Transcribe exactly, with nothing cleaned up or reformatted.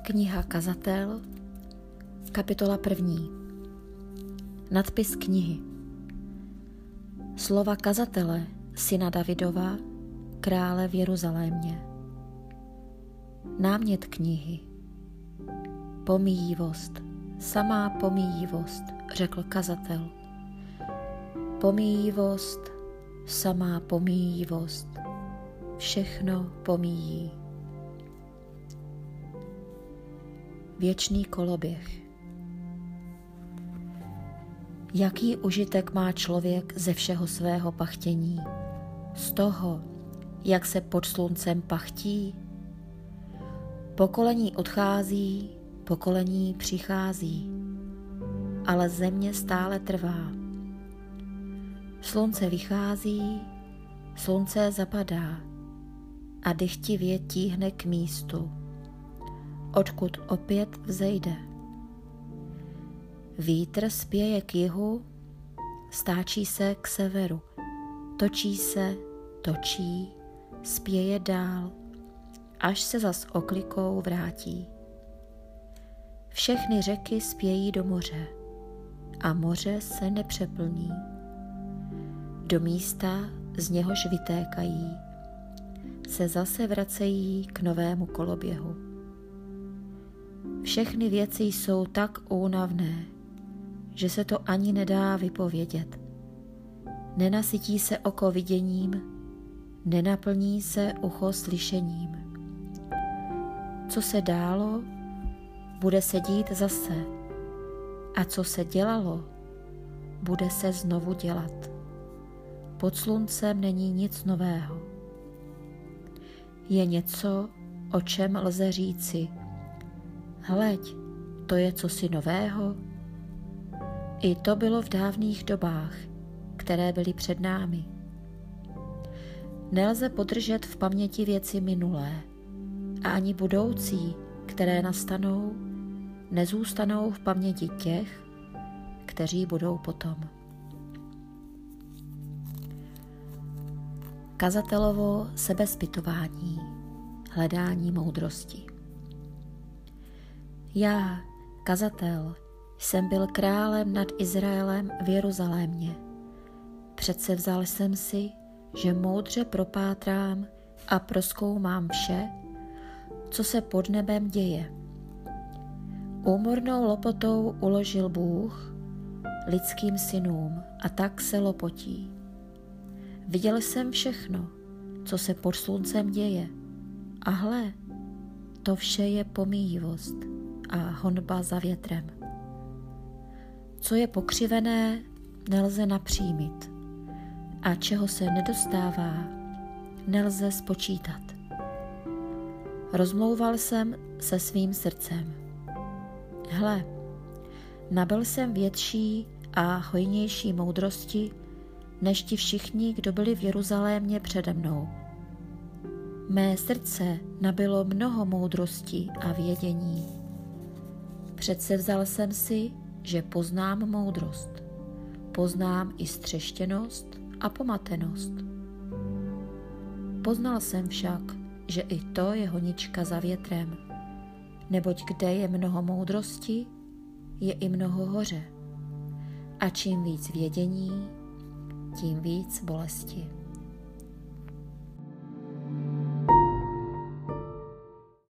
Kniha Kazatel, kapitola první. Nadpis knihy. Slova kazatele, syna Davidova, krále v Jeruzalémě. Námět knihy. Pomíjivost, samá pomíjivost, řekl kazatel. Pomíjivost, samá pomíjivost, všechno pomíjí. Věčný koloběh. Jaký užitek má člověk ze všeho svého pachtění? Z toho, jak se pod sluncem pachtí? Pokolení odchází, pokolení přichází, ale země stále trvá. Slunce vychází, slunce zapadá a dychtivě tíhne k místu, odkud opět vzejde. Vítr spěje k jihu, stáčí se k severu, točí se, točí, spěje dál, až se zas oklikou vrátí. Všechny řeky spějí do moře a moře se nepřeplní. Do místa, z něhož vytékají, se zase vracejí k novému koloběhu. Všechny věci jsou tak únavné, že se to ani nedá vypovědět. Nenasytí se oko viděním, nenaplní se ucho slyšením. Co se dálo, bude se dít zase, a co se dělalo, bude se znovu dělat. Pod sluncem není nic nového. Je něco, o čem lze říci: hleď, to je cosi nového. I to bylo v dávných dobách, které byly před námi. Nelze podržet v paměti věci minulé a ani budoucí, které nastanou, nezůstanou v paměti těch, kteří budou potom. Kazatelovo sebezpytování, hledání moudrosti. Já, kazatel, jsem byl králem nad Izraelem v Jeruzalémě. Předsevzal jsem si, že moudře propátrám a prozkoumám vše, co se pod nebem děje. Úmornou lopotou uložil Bůh lidským synům a tak se lopotí. Viděl jsem všechno, co se pod sluncem děje, a hle, to vše je pomíjivost a honba za větrem. Co je pokřivené, nelze napřímit, a čeho se nedostává, nelze spočítat. Rozmlouval jsem se svým srdcem. Hle, nabyl jsem větší a hojnější moudrosti, než ti všichni, kdo byli v Jeruzalémě přede mnou. Mé srdce nabylo mnoho moudrosti a vědění. Předsevzal jsem si, že poznám moudrost, poznám i střeštěnost a pomatenost. Poznal jsem však, že i to je honička za větrem, neboť kde je mnoho moudrosti, je i mnoho hoře. A čím víc vědění, tím víc bolesti.